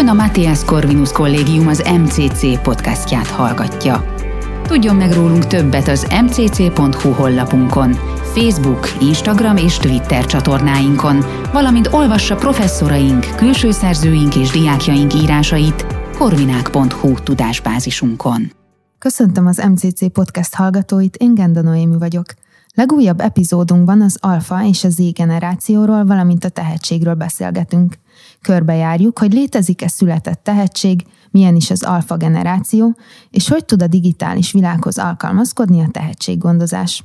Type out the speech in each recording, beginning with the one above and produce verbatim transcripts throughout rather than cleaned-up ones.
Ön a Matthias Corvinus Kollégium az em cé cé podcastját hallgatja. Tudjon meg rólunk többet az em cé cé pont hú honlapunkon, Facebook, Instagram és Twitter csatornáinkon, valamint olvassa professzoraink, külső szerzőink és diákjaink írásait corvinák pont hú tudásbázisunkon. Köszöntöm az em cé cé podcast hallgatóit, én Genda Noémi vagyok. Legújabb epizódunkban az alfa és a Z generációról, valamint a tehetségről beszélgetünk. Körbejárjuk, hogy létezik-e született tehetség, milyen is az alfa generáció, és hogy tud a digitális világhoz alkalmazkodni a tehetséggondozás.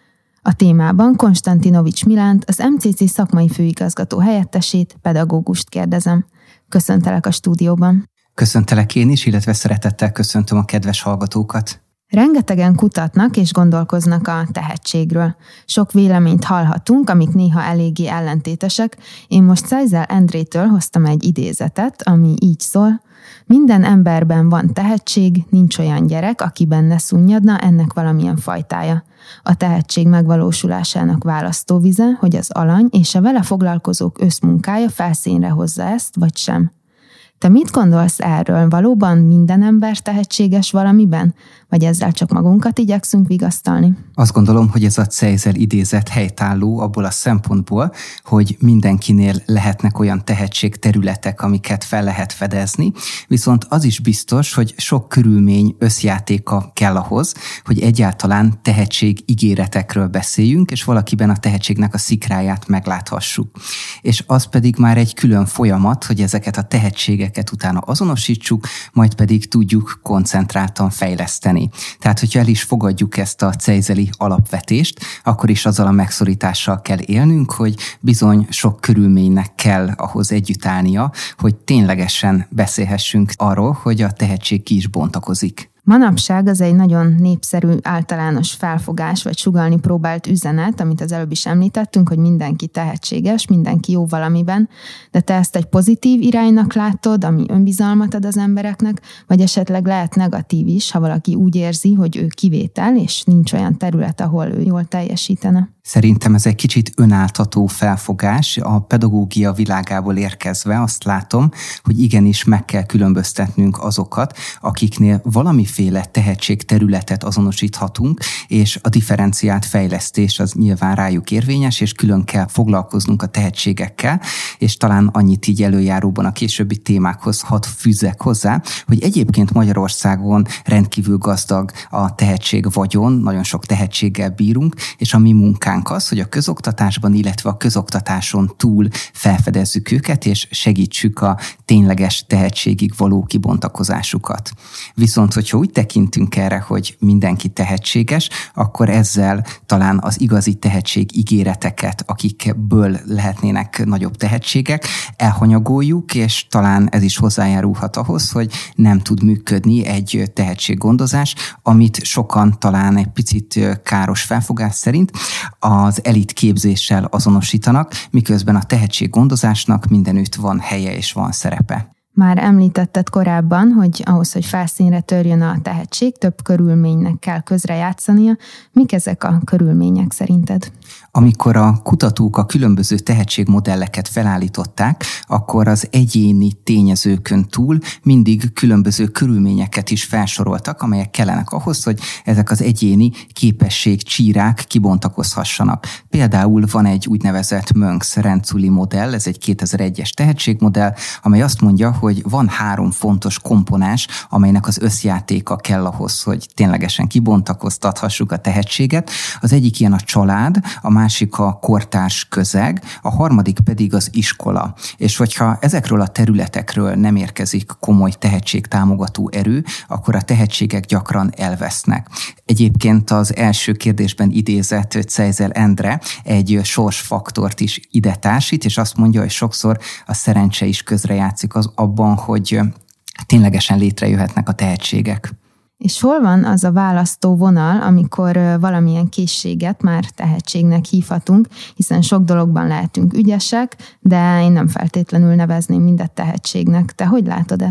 A témában Konstantinovics Milánt, az em cé cé szakmai főigazgató helyettesét, pedagógust kérdezem. Köszöntelek a stúdióban. Köszöntelek én is, illetve szeretettel köszöntöm a kedves hallgatókat. Rengetegen kutatnak és gondolkoznak a tehetségről. Sok véleményt hallhatunk, amik néha eléggé ellentétesek. Én most Szájzel Endrétől hoztam egy idézetet, ami így szól: minden emberben van tehetség, nincs olyan gyerek, akiben ne szunnyadna ennek valamilyen fajtája. A tehetség megvalósulásának választóvize, hogy az alany és a vele foglalkozók összmunkája felszínre hozza ezt, vagy sem. Te mit gondolsz erről? Valóban minden ember tehetséges valamiben? Vagy ezzel csak magunkat igyekszünk vigasztalni? Azt gondolom, hogy ez a Szájzel idézet helytálló abból a szempontból, hogy mindenkinél lehetnek olyan tehetségterületek, amiket fel lehet fedezni, viszont az is biztos, hogy sok körülmény összjátéka kell ahhoz, hogy egyáltalán tehetségígéretekről beszéljünk, és valakiben a tehetségnek a szikráját megláthassuk. És az pedig már egy külön folyamat, hogy ezeket a tehetségeket utána azonosítsuk, majd pedig tudjuk koncentráltan fejleszteni. Tehát, hogyha el is fogadjuk ezt a szájzeli alapvetést, akkor is azzal a megszorítással kell élnünk, hogy bizony sok körülménynek kell ahhoz együtt állnia, hogy ténylegesen beszélhessünk arról, hogy a tehetség ki is bontakozik. Manapság az egy nagyon népszerű általános felfogás, vagy sugallni próbált üzenet, amit az előbb is említettünk, hogy mindenki tehetséges, mindenki jó valamiben, de te ezt egy pozitív iránynak látod, ami önbizalmat ad az embereknek, vagy esetleg lehet negatív is, ha valaki úgy érzi, hogy ő kivétel, és nincs olyan terület, ahol ő jól teljesítene. Szerintem ez egy kicsit önáltató felfogás. A pedagógia világából érkezve azt látom, hogy igenis meg kell különböztetnünk azokat, akiknél valamiféle tehetségterületet azonosíthatunk, és a differenciált fejlesztés az nyilván rájuk érvényes, és külön kell foglalkoznunk a tehetségekkel, és talán annyit így előjáróban a későbbi témákhoz hadd fűzzek hozzá, hogy egyébként Magyarországon rendkívül gazdag a tehetségvagyon, nagyon sok tehetséggel bírunk, és a mi munkánk az, hogy a közoktatásban, illetve a közoktatáson túl felfedezzük őket, és segítsük a tényleges tehetségig való kibontakozásukat. Viszont, hogyha úgy tekintünk erre, hogy mindenki tehetséges, akkor ezzel talán az igazi tehetség ígéreteket, akikből lehetnének nagyobb tehetségek, elhanyagoljuk, és talán ez is hozzájárulhat ahhoz, hogy nem tud működni egy tehetséggondozás, amit sokan talán egy picit káros felfogás szerint az elit képzéssel azonosítanak, miközben a tehetséggondozásnak mindenütt van helye és van szerepe. Már említetted korábban, hogy ahhoz, hogy felszínre törjön a tehetség, több körülménynek kell közrejátszania. Mik ezek a körülmények szerinted? Amikor a kutatók a különböző tehetségmodelleket felállították, akkor az egyéni tényezőkön túl mindig különböző körülményeket is felsoroltak, amelyek kellenek ahhoz, hogy ezek az egyéni képességcsírák kibontakozhassanak. Például van egy úgynevezett Mönx-Renzulli modell, ez egy kétezer-egyes tehetségmodell, amely azt mondja, hogy van három fontos komponens, amelynek az összjátéka kell ahhoz, hogy ténylegesen kibontakoztathassuk a tehetséget. Az egyik ilyen a család, a másik a kortárs közeg, a harmadik pedig az iskola. És hogyha ezekről a területekről nem érkezik komoly tehetségtámogató erő, akkor a tehetségek gyakran elvesznek. Egyébként az első kérdésben idézett Szájzel Endre egy sorsfaktort is ide társít, és azt mondja, hogy sokszor a szerencse is közrejátszik az abban, hogy ténylegesen létrejöhetnek a tehetségek. És hol van az a választó vonal, amikor valamilyen készséget már tehetségnek hívhatunk, hiszen sok dologban lehetünk ügyesek, de én nem feltétlenül nevezném mindet tehetségnek. Te hogy látod ezt?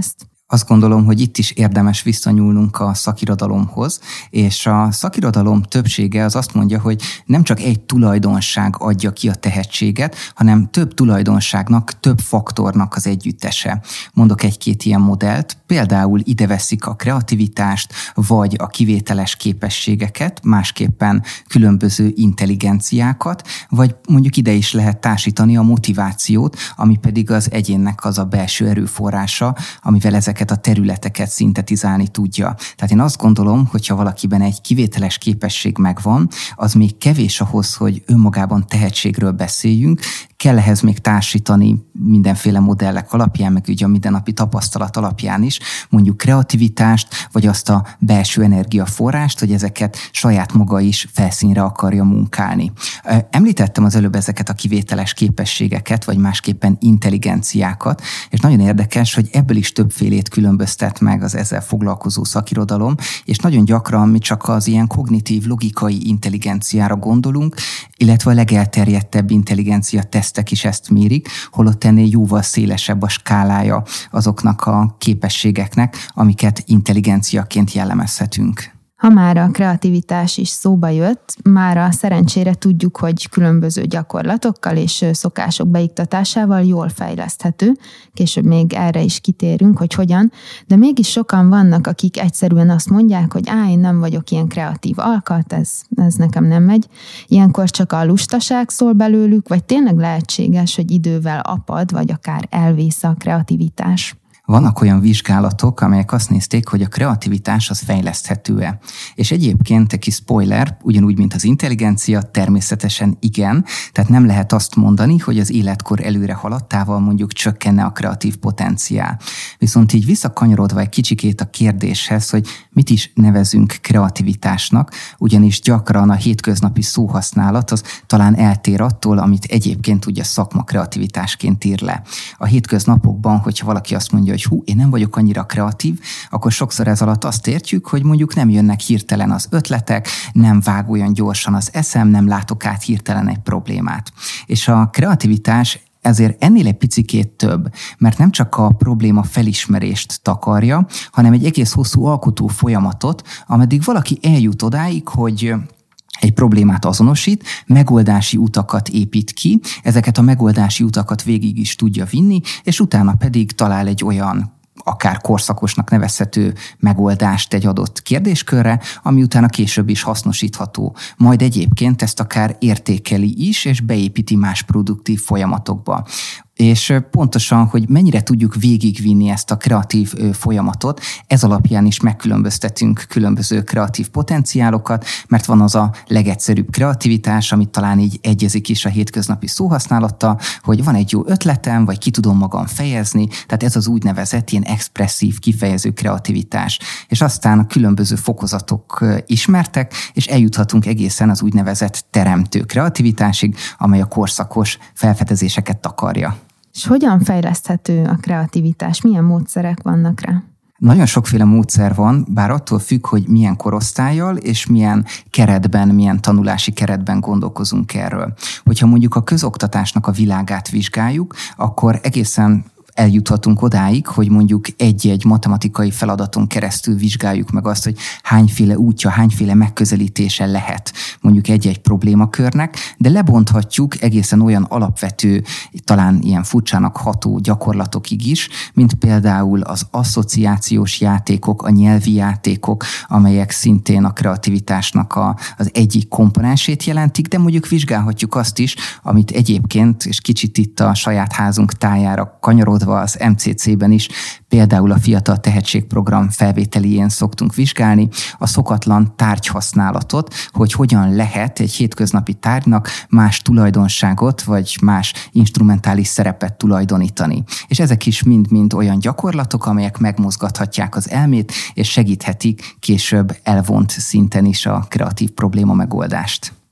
Azt gondolom, hogy itt is érdemes visszanyúlnunk a szakirodalomhoz, és a szakirodalom többsége az azt mondja, hogy nem csak egy tulajdonság adja ki a tehetséget, hanem több tulajdonságnak, több faktornak az együttese. Mondok egy-két ilyen modellt, például ide veszik a kreativitást, vagy a kivételes képességeket, másképpen különböző intelligenciákat, vagy mondjuk ide is lehet társítani a motivációt, ami pedig az egyénnek az a belső erőforrása, amivel ezek a területeket szintetizálni tudja. Tehát én azt gondolom, hogyha valakiben egy kivételes képesség megvan, az még kevés ahhoz, hogy önmagában tehetségről beszéljünk, kell ehhez még társítani mindenféle modellek alapján, meg ugye a mindennapi tapasztalat alapján is, mondjuk kreativitást, vagy azt a belső energiaforrást, hogy ezeket saját maga is felszínre akarja munkálni. Említettem az előbb ezeket a kivételes képességeket, vagy másképpen intelligenciákat, és nagyon érdekes, hogy ebből is többfélét különböztet meg az ezzel foglalkozó szakirodalom, és nagyon gyakran mi csak az ilyen kognitív, logikai intelligenciára gondolunk, illetve a legelterjedtebb intelligencia tesztek is ezt mérik, holott ennél jóval szélesebb a skálája azoknak a képességeknek, amiket intelligenciaként jellemezhetünk. Ha már a kreativitás is szóba jött, mára szerencsére tudjuk, hogy különböző gyakorlatokkal és szokások beiktatásával jól fejleszthető, később még erre is kitérünk, hogy hogyan, de mégis sokan vannak, akik egyszerűen azt mondják, hogy á, én nem vagyok ilyen kreatív alkat, ez, ez nekem nem megy. Ilyenkor csak a lustaság szól belőlük, vagy tényleg lehetséges, hogy idővel apad, vagy akár elvész a kreativitás? Vannak olyan vizsgálatok, amelyek azt nézték, hogy a kreativitás az fejleszthető-e. És egyébként egy kis spoiler, ugyanúgy, mint az intelligencia, természetesen igen, tehát nem lehet azt mondani, hogy az életkor előre haladtával mondjuk csökkenne a kreatív potenciál. Viszont így visszakanyarodva egy kicsikét a kérdéshez, hogy mit is nevezünk kreativitásnak, ugyanis gyakran a hétköznapi szóhasználat az talán eltér attól, amit egyébként ugye szakma kreativitásként ír le. A hétköznapokban, hogyha valaki azt mondja, hogy hú, én nem vagyok annyira kreatív, akkor sokszor ez alatt azt értjük, hogy mondjuk nem jönnek hirtelen az ötletek, nem vág olyan gyorsan az eszem, nem látok át hirtelen egy problémát. És a kreativitás ezért ennél egy picikét több, mert nem csak a probléma felismerést takarja, hanem egy egész hosszú alkotó folyamatot, ameddig valaki eljut odáig, hogy egy problémát azonosít, megoldási utakat épít ki, ezeket a megoldási utakat végig is tudja vinni, és utána pedig talál egy olyan akár korszakosnak nevezhető megoldást egy adott kérdéskörre, ami utána később is hasznosítható. Majd egyébként ezt akár értékeli is, és beépíti más produktív folyamatokba. És pontosan, hogy mennyire tudjuk végigvinni ezt a kreatív folyamatot, ez alapján is megkülönböztetünk különböző kreatív potenciálokat, mert van az a legegyszerűbb kreativitás, amit talán így egyezik is a hétköznapi szóhasználattal, hogy van egy jó ötletem, vagy ki tudom magam fejezni, tehát ez az úgynevezett ilyen expresszív, kifejező kreativitás. És aztán a különböző fokozatok ismertek, és eljuthatunk egészen az úgynevezett teremtő kreativitásig, amely a korszakos felfedezéseket takarja. És hogyan fejleszthető a kreativitás? Milyen módszerek vannak rá? Nagyon sokféle módszer van, bár attól függ, hogy milyen korosztállyal és milyen keretben, milyen tanulási keretben gondolkozunk erről. Hogyha mondjuk a közoktatásnak a világát vizsgáljuk, akkor egészen eljuthatunk odáig, hogy mondjuk egy-egy matematikai feladaton keresztül vizsgáljuk meg azt, hogy hányféle útja, hányféle megközelítése lehet mondjuk egy-egy problémakörnek, de lebonthatjuk egészen olyan alapvető, talán ilyen furcsának ható gyakorlatokig is, mint például az asszociációs játékok, a nyelvi játékok, amelyek szintén a kreativitásnak a, az egyik komponensét jelentik, de mondjuk vizsgálhatjuk azt is, amit egyébként, és kicsit itt a saját házunk tájára kanyarodva az em cé cé-ben is, például a Fiatal Tehetségprogram felvételijén szoktunk vizsgálni a szokatlan tárgyhasználatot, hogy hogyan lehet egy hétköznapi tárgynak más tulajdonságot, vagy más instrumentális szerepet tulajdonítani. És ezek is mind-mind olyan gyakorlatok, amelyek megmozgathatják az elmét, és segíthetik később elvont szinten is a kreatív probléma megoldást.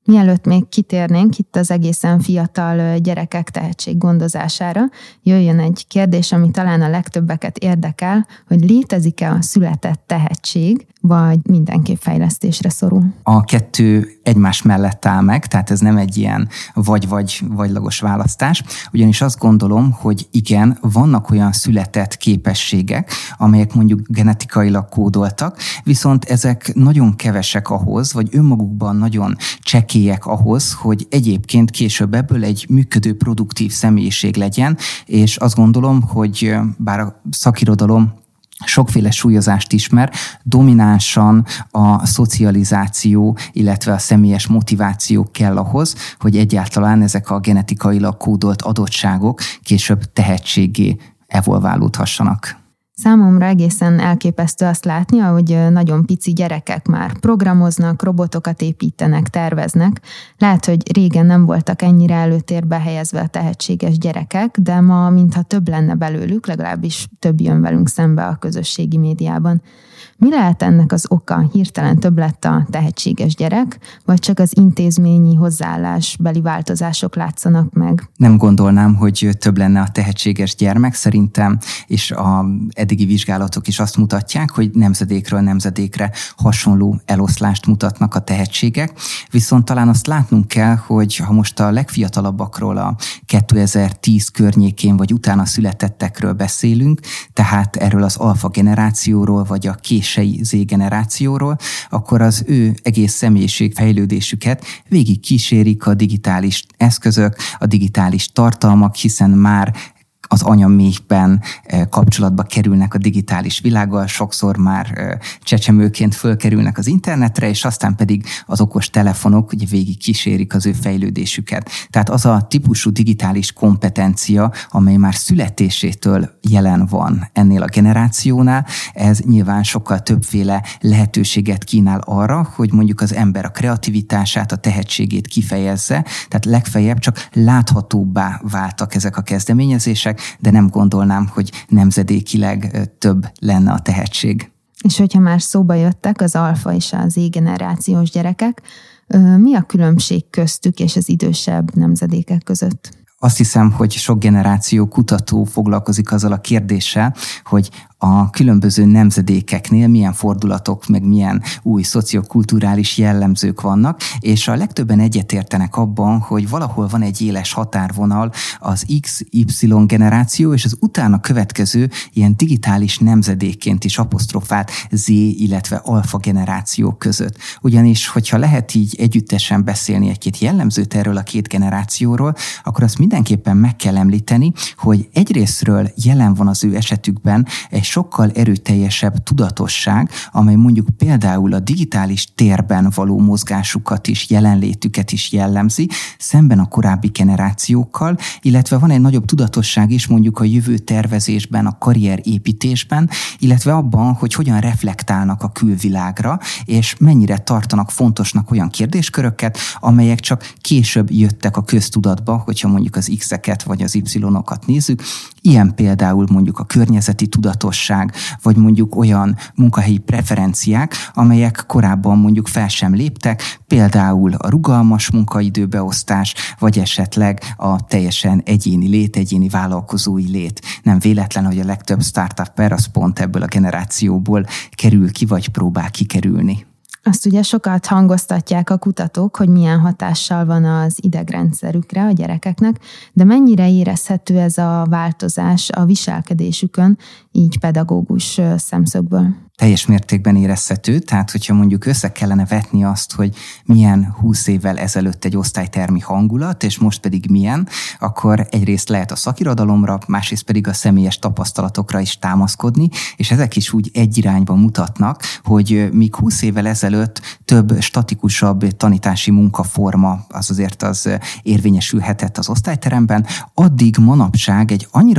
Mielőtt még kitérnénk itt az egészen fiatal gyerekek tehetséggondozására, jöjjön egy kérdés, ami talán a legtöbbeket érdekel, hogy létezik-e a született tehetség, vagy mindenképp fejlesztésre szorul? A kettő egymás mellett áll meg, tehát ez nem egy ilyen vagy-vagy vagylagos választás, ugyanis azt gondolom, hogy igen, vannak olyan született képességek, amelyek mondjuk genetikailag kódoltak, viszont ezek nagyon kevesek ahhoz, vagy önmagukban nagyon csekélyek ahhoz, hogy egyébként később ebből egy működő, produktív személyiség legyen, és azt gondolom, hogy bár a szakirodalom sokféle súlyozást ismer, dominánsan a szocializáció, illetve a személyes motiváció kell ahhoz, hogy egyáltalán ezek a genetikailag kódolt adottságok később tehetséggé evolválódhassanak. Számomra egészen elképesztő azt látni, hogy nagyon pici gyerekek már programoznak, robotokat építenek, terveznek. Lehet, hogy régen nem voltak ennyire előtérbe helyezve a tehetséges gyerekek, de ma mintha több lenne belőlük, legalábbis több jön velünk szembe a közösségi médiában. Mi lehet ennek az oka? Hirtelen több lett a tehetséges gyerek, vagy csak az intézményi hozzáállásbeli változások látszanak meg? Nem gondolnám, hogy több lenne a tehetséges gyermek szerintem, és a eddigi vizsgálatok is azt mutatják, hogy nemzedékről nemzedékre hasonló eloszlást mutatnak a tehetségek, viszont talán azt látnunk kell, hogy ha most a legfiatalabbakról, a kétezer-tíz környékén vagy utána születettekről beszélünk, tehát erről az alfa generációról, vagy a késői Z-generációról, akkor az ő egész személyiségfejlődésüket végig kísérik a digitális eszközök, a digitális tartalmak, hiszen már az anyaméhben kapcsolatba kerülnek a digitális világgal, sokszor már csecsemőként fölkerülnek az internetre, és aztán pedig az okos telefonok ugye végig kísérik az ő fejlődésüket. Tehát az a típusú digitális kompetencia, amely már születésétől jelen van ennél a generációnál, ez nyilván sokkal többféle lehetőséget kínál arra, hogy mondjuk az ember a kreativitását, a tehetségét kifejezze, tehát legfeljebb csak láthatóbbá váltak ezek a kezdeményezések, de nem gondolnám, hogy nemzedékileg több lenne a tehetség. És hogyha már szóba jöttek az alfa és az Z-generációs gyerekek, mi a különbség köztük és az idősebb nemzedékek között? Azt hiszem, hogy sok generáció kutató foglalkozik azzal a kérdéssel, hogy a különböző nemzedékeknél milyen fordulatok, meg milyen új szociokulturális jellemzők vannak, és a legtöbben egyetértenek abban, hogy valahol van egy éles határvonal az X, Y generáció, és az utána következő ilyen digitális nemzedékként is apostrofált Z, illetve alfa generációk között. Ugyanis, hogyha lehet így együttesen beszélni egy-két jellemzőt erről a két generációról, akkor azt mindenképpen meg kell említeni, hogy egyrésztről jelen van az ő esetükben egy sokkal erőteljesebb tudatosság, amely mondjuk például a digitális térben való mozgásukat is, jelenlétüket is jellemzi, szemben a korábbi generációkkal, illetve van egy nagyobb tudatosság is mondjuk a jövő tervezésben, a karrierépítésben, illetve abban, hogy hogyan reflektálnak a külvilágra, és mennyire tartanak fontosnak olyan kérdésköröket, amelyek csak később jöttek a köztudatba, hogyha mondjuk az X-eket vagy az Y-okat nézzük. Ilyen például mondjuk a környezeti tudatosság, vagy mondjuk olyan munkahelyi preferenciák, amelyek korábban mondjuk fel sem léptek, például a rugalmas munkaidőbeosztás, vagy esetleg a teljesen egyéni lét, egyéni vállalkozói lét. Nem véletlen, hogy a legtöbb startupper az pont ebből a generációból kerül ki, vagy próbál kikerülni. Azt ugye sokat hangoztatják a kutatók, hogy milyen hatással van az idegrendszerükre a gyerekeknek, de mennyire érezhető ez a változás a viselkedésükön, így pedagógus szemszögből? Teljes mértékben érezhető, tehát hogyha mondjuk össze kellene vetni azt, hogy milyen húsz évvel ezelőtt egy osztálytermi hangulat, és most pedig milyen, akkor egyrészt lehet a szakirodalomra, másrészt pedig a személyes tapasztalatokra is támaszkodni, és ezek is úgy egy irányba mutatnak, hogy míg húsz évvel ezelőtt több statikusabb tanítási munkaforma az azért az érvényesülhetett az osztályteremben, addig manapság egy annyira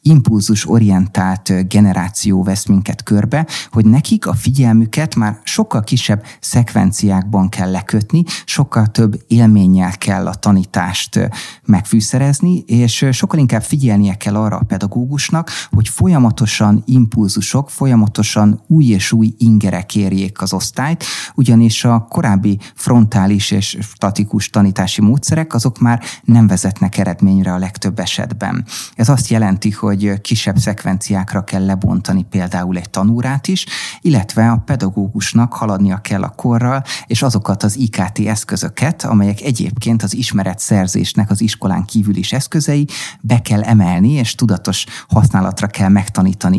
impulzusorientált generáció vesz minket körbe, hogy nekik a figyelmüket már sokkal kisebb szekvenciákban kell lekötni, sokkal több élménnyel kell a tanítást megfűszerezni, és sokkal inkább figyelnie kell arra a pedagógusnak, hogy folyamatosan impulzusok, folyamatosan új és új ingerek érjék az osztályt, ugyanis a korábbi frontális és statikus tanítási módszerek azok már nem vezetnek eredményre a legtöbb esetben. Ez azt jelenti, hogy kisebb szekvenciákra kell lebontani például egy tanórát is, illetve a pedagógusnak haladnia kell a korral, és azokat az i ká té eszközöket, amelyek egyébként az ismeretszerzésnek az iskolán kívül is eszközei, be kell emelni, és tudatos használatra kell megtanítani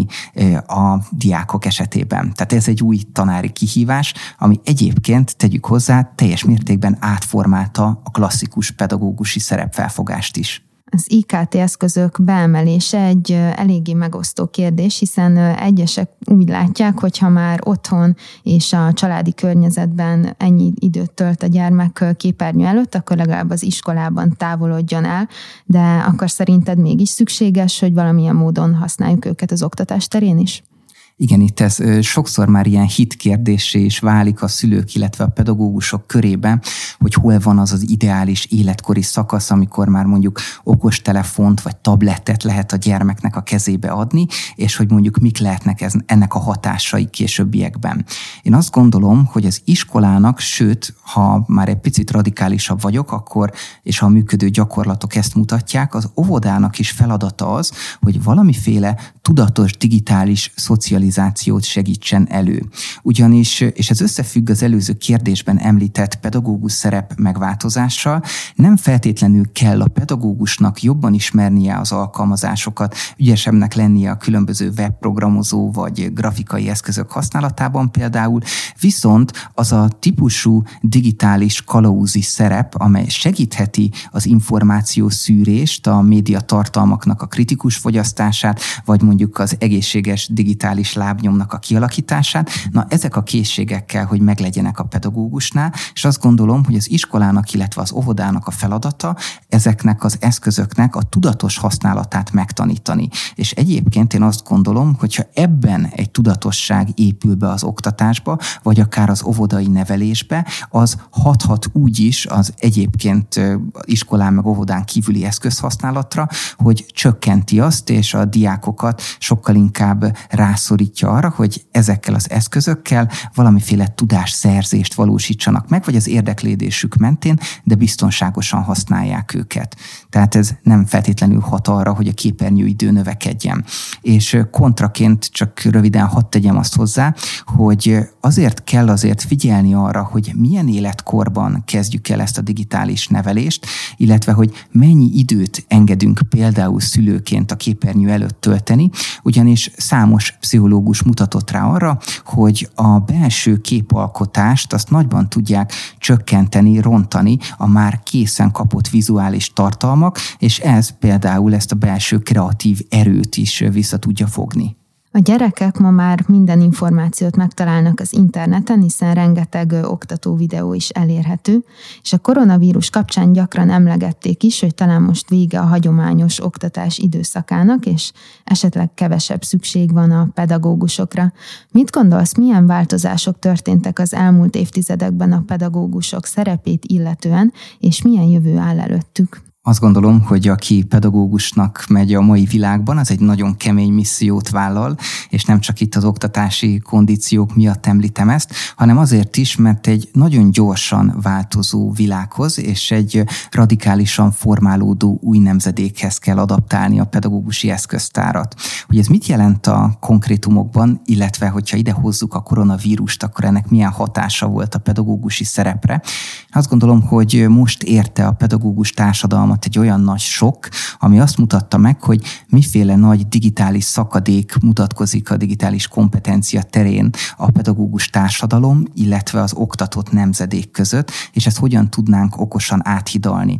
a diákok esetében. Tehát ez egy új tanári kihívás, ami egyébként, tegyük hozzá, teljes mértékben átformálta a klasszikus pedagógusi szerepfelfogást is. Az i ká té eszközök beemelése egy eléggé megosztó kérdés, hiszen egyesek úgy látják, hogy ha már otthon és a családi környezetben ennyi időt tölt a gyermek képernyő előtt, akkor legalább az iskolában távolodjon el, de akkor szerinted mégis szükséges, hogy valamilyen módon használjuk őket az oktatás terén is? Igen, itt ez sokszor már ilyen hitkérdéssé is válik a szülők, illetve a pedagógusok körében, hogy hol van az az ideális életkori szakasz, amikor már mondjuk okostelefont vagy tabletet lehet a gyermeknek a kezébe adni, és hogy mondjuk mik lehetnek ez, ennek a hatásai későbbiekben. Én azt gondolom, hogy az iskolának, sőt, ha már egy picit radikálisabb vagyok, akkor, és ha a működő gyakorlatok ezt mutatják, az óvodának is feladata az, hogy valamiféle tudatos digitális szocializációt segítsen elő. Ugyanis, és ez összefügg az előző kérdésben említett pedagógus szerep megváltozással, nem feltétlenül kell a pedagógusnak jobban ismernie az alkalmazásokat, ügyesebbnek lennie a különböző webprogramozó vagy grafikai eszközök használatában például, viszont az a típusú digitális kalauzi szerep, amely segítheti az információ szűrést, a média tartalmaknak a kritikus fogyasztását, vagy mondjuk az egészséges digitális lábnyomnak a kialakítását. Na, ezek a készségek kell, hogy meglegyenek a pedagógusnál, és azt gondolom, hogy az iskolának, illetve az óvodának a feladata ezeknek az eszközöknek a tudatos használatát megtanítani. És egyébként én azt gondolom, hogyha ebben egy tudatosság épül be az oktatásba, vagy akár az óvodai nevelésbe, az hathat úgy is az egyébként iskolán meg óvodán kívüli eszközhasználatra, hogy csökkenti azt, és a diákokat sokkal inkább rászorítja arra, hogy ezekkel az eszközökkel valamiféle tudásszerzést valósítsanak meg, vagy az érdeklődésük mentén, de biztonságosan használják őket. Tehát ez nem feltétlenül hat arra, hogy a képernyőidő növekedjen. És kontraként csak röviden hadd tegyem azt hozzá, hogy azért kell azért figyelni arra, hogy milyen életkorban kezdjük el ezt a digitális nevelést, illetve hogy mennyi időt engedünk például szülőként a képernyő előtt tölteni, ugyanis számos pszichológus mutatott rá arra, hogy a belső képalkotást azt nagyban tudják csökkenteni, rontani a már készen kapott vizuális tartalmak, és ez például ezt a belső kreatív erőt is vissza tudja fogni. A gyerekek ma már minden információt megtalálnak az interneten, hiszen rengeteg oktató videó is elérhető, és a koronavírus kapcsán gyakran emlegették is, hogy talán most vége a hagyományos oktatás időszakának, és esetleg kevesebb szükség van a pedagógusokra. Mit gondolsz, milyen változások történtek az elmúlt évtizedekben a pedagógusok szerepét illetően, és milyen jövő áll előttük? Azt gondolom, hogy aki pedagógusnak megy a mai világban, az egy nagyon kemény missziót vállal, és nem csak itt az oktatási kondíciók miatt említem ezt, hanem azért is, mert egy nagyon gyorsan változó világhoz és egy radikálisan formálódó új nemzedékhez kell adaptálni a pedagógusi eszköztárat. Hogy ez mit jelent a konkrétumokban, illetve hogyha ide hozzuk a koronavírust, akkor ennek milyen hatása volt a pedagógusi szerepre. Azt gondolom, hogy most érte a pedagógus társadalmat egy olyan nagy sok, ami azt mutatta meg, hogy miféle nagy digitális szakadék mutatkozik a digitális kompetencia terén a pedagógus társadalom, illetve az oktatott nemzedék között, és ezt hogyan tudnánk okosan áthidalni.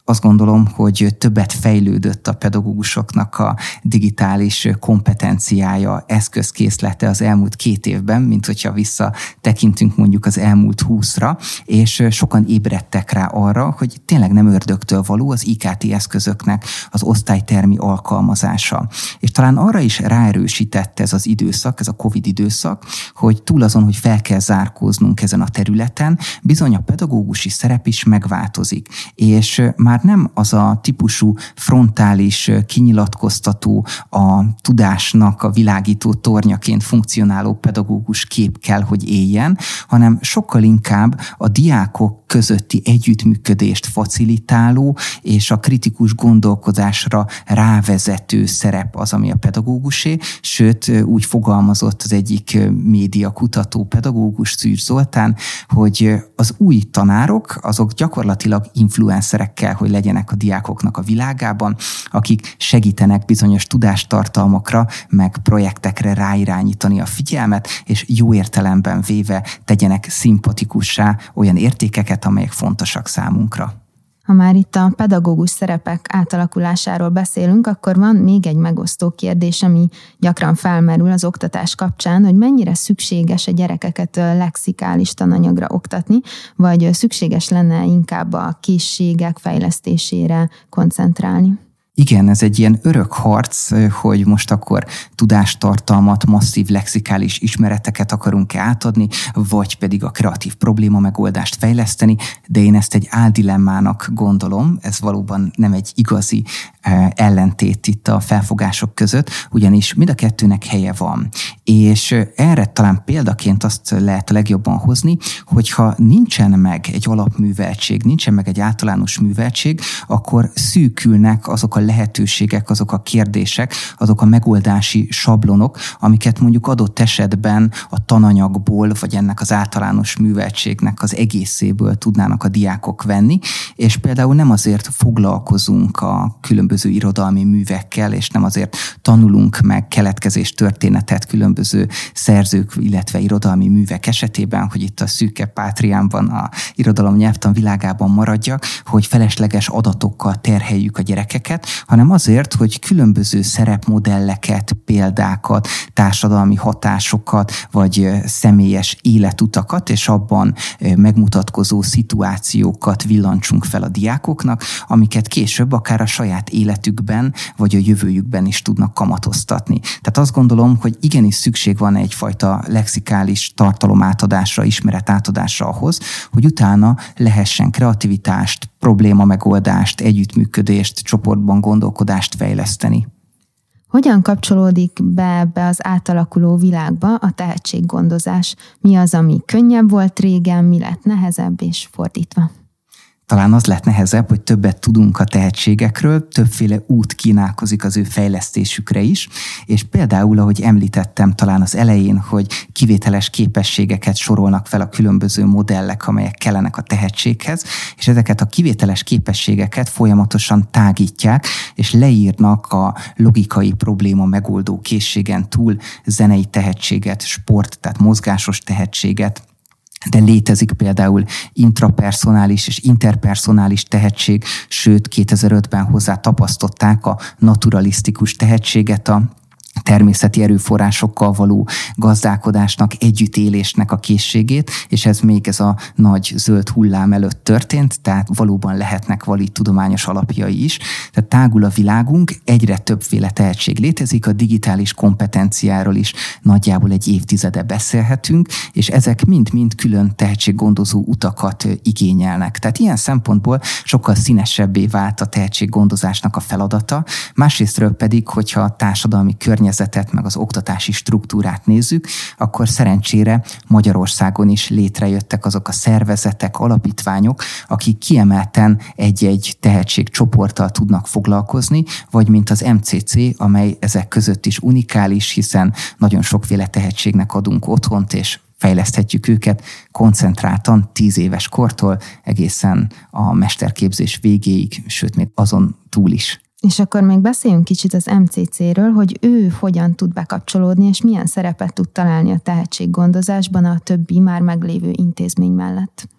azt gondolom, hogy többet fejlődött a pedagógusoknak a digitális kompetenciája, eszközkészlete az elmúlt két évben, mint hogyha visszatekintünk mondjuk az elmúlt húszra, és sokan ébredtek rá arra, hogy tényleg nem ördögtől való az i ká té eszközöknek az osztálytermi alkalmazása. És talán arra is ráerősített ez az időszak, ez a Covid időszak, hogy túl azon, hogy fel kell zárkóznunk ezen a területen, bizony a pedagógusi szerep is megváltozik. És már nem az a típusú frontális, kinyilatkoztató, a tudásnak a világító tornyaként funkcionáló pedagógus kép kell, hogy éljen, hanem sokkal inkább a diákok közötti együttműködést facilitáló és a kritikus gondolkodásra rávezető szerep az, ami a pedagógusé, sőt úgy fogalmazott az egyik médiakutató pedagógus, Szűcs Zoltán, hogy az új tanárok azok gyakorlatilag influencerekkel, hogy legyenek a diákoknak a világában, akik segítenek bizonyos tudástartalmakra, meg projektekre ráirányítani a figyelmet, és jó értelemben véve tegyenek szimpatikussá olyan értékeket, amelyek fontosak számunkra. Ha már itt a pedagógus szerepek átalakulásáról beszélünk, akkor van még egy megosztó kérdés, ami gyakran felmerül az oktatás kapcsán, hogy mennyire szükséges a gyerekeket lexikális tananyagra oktatni, vagy szükséges lenne inkább a készségek fejlesztésére koncentrálni. Igen, ez egy ilyen örök harc, hogy most akkor tudástartalmat, masszív lexikális ismereteket akarunk-e átadni, vagy pedig a kreatív probléma megoldást fejleszteni, de én ezt egy áldilemmának gondolom, ez valóban nem egy igazi ellentét itt a felfogások között, ugyanis mind a kettőnek helye van. És erre talán példaként azt lehet a legjobban hozni, hogyha nincsen meg egy alapműveltség, nincsen meg egy általános műveltség, akkor szűkülnek azok a lehetőségek, azok a kérdések, azok a megoldási sablonok, amiket mondjuk adott esetben a tananyagból, vagy ennek az általános műveltségnek az egészéből tudnának a diákok venni, és például nem azért foglalkozunk a különböző irodalmi művekkel, és nem azért tanulunk meg keletkezés történetet különböző szerzők, illetve irodalmi művek esetében, hogy itt a szűke pátriámban, a irodalom nyelvtan világában maradjak, hogy felesleges adatokkal terheljük a gyerekeket, hanem azért, hogy különböző szerepmodelleket, példákat, társadalmi hatásokat, vagy személyes életutakat, és abban megmutatkozó szituációkat villancsunk fel a diákoknak, amiket később akár a saját életükben, vagy a jövőjükben is tudnak kamatoztatni. Tehát azt gondolom, hogy igenis szükség van egyfajta lexikális tartalomátadásra, ismeretátadásra ahhoz, hogy utána lehessen kreativitást, problémamegoldást, együttműködést, csoportban gondolkodást fejleszteni. Hogyan kapcsolódik be ebbe az átalakuló világba a tehetséggondozás? Mi az, ami könnyebb volt régen, mi lett nehezebb, és fordítva? Talán az lett nehezebb, hogy többet tudunk a tehetségekről, többféle út kínálkozik az ő fejlesztésükre is, és például, ahogy említettem talán az elején, hogy kivételes képességeket sorolnak fel a különböző modellek, amelyek kellenek a tehetséghez, és ezeket a kivételes képességeket folyamatosan tágítják, és leírnak a logikai probléma megoldó készségen túl zenei tehetséget, sport, tehát mozgásos tehetséget, de létezik például intrapersonális és interpersonális tehetség, sőt kétezer-ötben hozzá tapasztották a naturalisztikus tehetséget, a természeti erőforrásokkal való gazdálkodásnak, együttélésnek a készségét, és ez még ez a nagy zöld hullám előtt történt, tehát valóban lehetnek valid tudományos alapjai is. Tehát tágul a világunk, egyre többféle tehetség létezik, a digitális kompetenciáról is nagyjából egy évtizede beszélhetünk, és ezek mind-mind külön tehetséggondozó utakat igényelnek. Tehát ilyen szempontból sokkal színesebbé vált a tehetséggondozásnak a feladata, másrésztről pedig, hogyha a társadalmi környezetet, meg az oktatási struktúrát nézzük, akkor szerencsére Magyarországon is létrejöttek azok a szervezetek, alapítványok, akik kiemelten egy-egy tehetségcsoporttal tudnak foglalkozni, vagy mint az em cé cé, amely ezek között is unikális, hiszen nagyon sokféle tehetségnek adunk otthont, és fejleszthetjük őket koncentráltan tíz éves kortól egészen a mesterképzés végéig, sőt még azon túl is. És akkor még beszéljünk kicsit az em cé céről, hogy ő hogyan tud bekapcsolódni, és milyen szerepet tud találni a tehetséggondozásban a többi már meglévő intézmény mellett.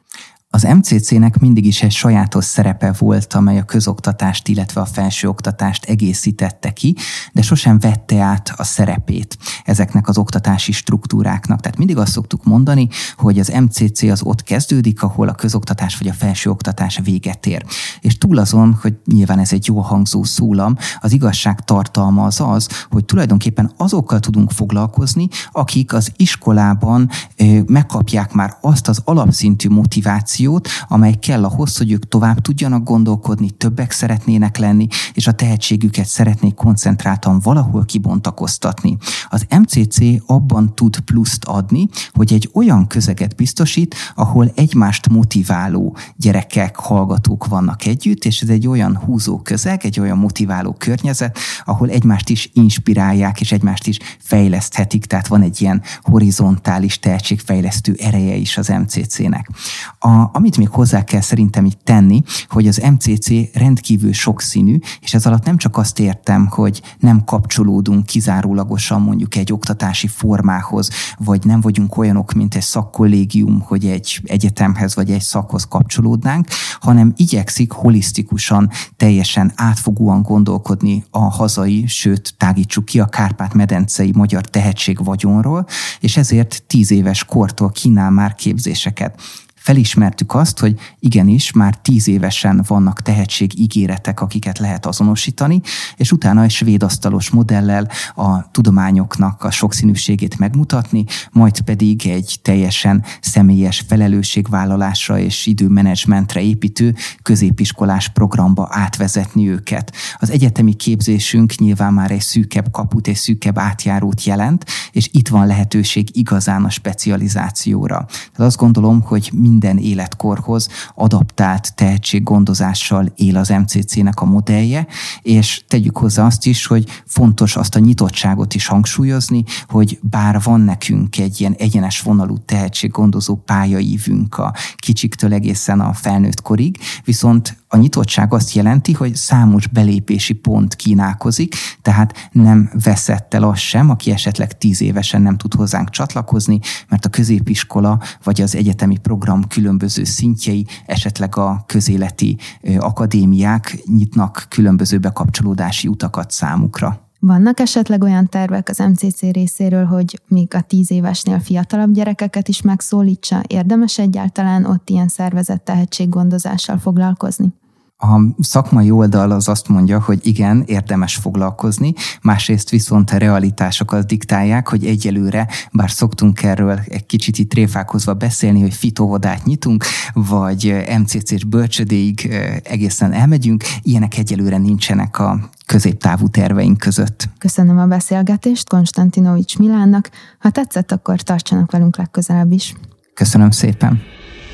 Az em cé cé-nek mindig is egy sajátos szerepe volt, amely a közoktatást, illetve a felsőoktatást egészítette ki, de sosem vette át a szerepét ezeknek az oktatási struktúráknak. Tehát mindig azt szoktuk mondani, hogy az em cé cé az ott kezdődik, ahol a közoktatás vagy a felsőoktatás véget ér. És túl azon, hogy nyilván ez egy jól hangzó szólam, az igazság tartalma az az, hogy tulajdonképpen azokkal tudunk foglalkozni, akik az iskolában megkapják már azt az alapszintű motivációt, amely kell ahhoz, hogy ők tovább tudjanak gondolkodni, többek szeretnének lenni, és a tehetségüket szeretnék koncentráltan valahol kibontakoztatni. Az em cé cé abban tud pluszt adni, hogy egy olyan közeget biztosít, ahol egymást motiváló gyerekek, hallgatók vannak együtt, és ez egy olyan húzó közeg, egy olyan motiváló környezet, ahol egymást is inspirálják, és egymást is fejleszthetik, tehát van egy ilyen horizontális tehetségfejlesztő ereje is az em cé cé-nek. A Amit még hozzá kell szerintem itt tenni, hogy az em cé cé rendkívül sokszínű, és ez alatt nem csak azt értem, hogy nem kapcsolódunk kizárólagosan mondjuk egy oktatási formához, vagy nem vagyunk olyanok, mint egy szakkollégium, hogy egy egyetemhez vagy egy szakhoz kapcsolódnánk, hanem igyekszik holisztikusan, teljesen átfogóan gondolkodni a hazai, sőt tágítsuk ki a Kárpát-medencei magyar tehetségvagyonról, és ezért tíz éves kortól kínál már képzéseket. Felismertük azt, hogy igenis már tíz évesen vannak tehetségígéretek, akiket lehet azonosítani, és utána egy svéd asztalos modellel a tudományoknak a sokszínűségét megmutatni, majd pedig egy teljesen személyes felelősségvállalásra és időmenedzsmentre építő középiskolás programba átvezetni őket. Az egyetemi képzésünk nyilván már egy szűkebb kaput, egy szűkebb átjárót jelent, és itt van lehetőség igazán a specializációra. Tehát azt gondolom, hogy minden életkorhoz adaptált tehetséggondozással él az em cé cé-nek a modellje, és tegyük hozzá azt is, hogy fontos azt a nyitottságot is hangsúlyozni, hogy bár van nekünk egy ilyen egyenes vonalú tehetséggondozó pályaívünk a kicsiktől egészen a felnőtt korig, viszont a nyitottság azt jelenti, hogy számos belépési pont kínálkozik, tehát nem veszett el az sem, aki esetleg tíz évesen nem tud hozzánk csatlakozni, mert a középiskola vagy az egyetemi program különböző szintjei, esetleg a közéleti akadémiák nyitnak különböző bekapcsolódási utakat számukra. Vannak esetleg olyan tervek az em cé cé részéről, hogy még a tíz évesnél fiatalabb gyerekeket is megszólítsa? Érdemes egyáltalán ott ilyen szervezett tehetséggondozással foglalkozni? A szakmai oldal az azt mondja, hogy igen, érdemes foglalkozni, másrészt viszont a realitások azt diktálják, hogy egyelőre, bár szoktunk erről egy kicsit itt tréfálkozva beszélni, hogy fitóvodát nyitunk, vagy em cé cés bölcsödéig egészen elmegyünk, ilyenek egyelőre nincsenek a középtávú terveink között. Köszönöm a beszélgetést Konstantinovics Milánnak. Ha tetszett, akkor tartsanak velünk legközelebb is. Köszönöm szépen.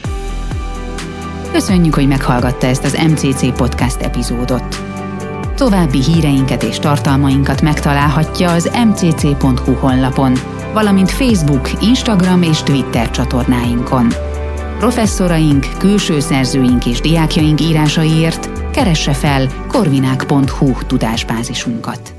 Köszönjük, hogy meghallgatta ezt az em cé cé Podcast epizódot. További híreinket és tartalmainkat megtalálhatja az em cé cé pont hu honlapon, valamint Facebook, Instagram és Twitter csatornáinkon. Professzoraink, külső szerzőink és diákjaink írásaiért keresse fel korvinák pont hu tudásbázisunkat.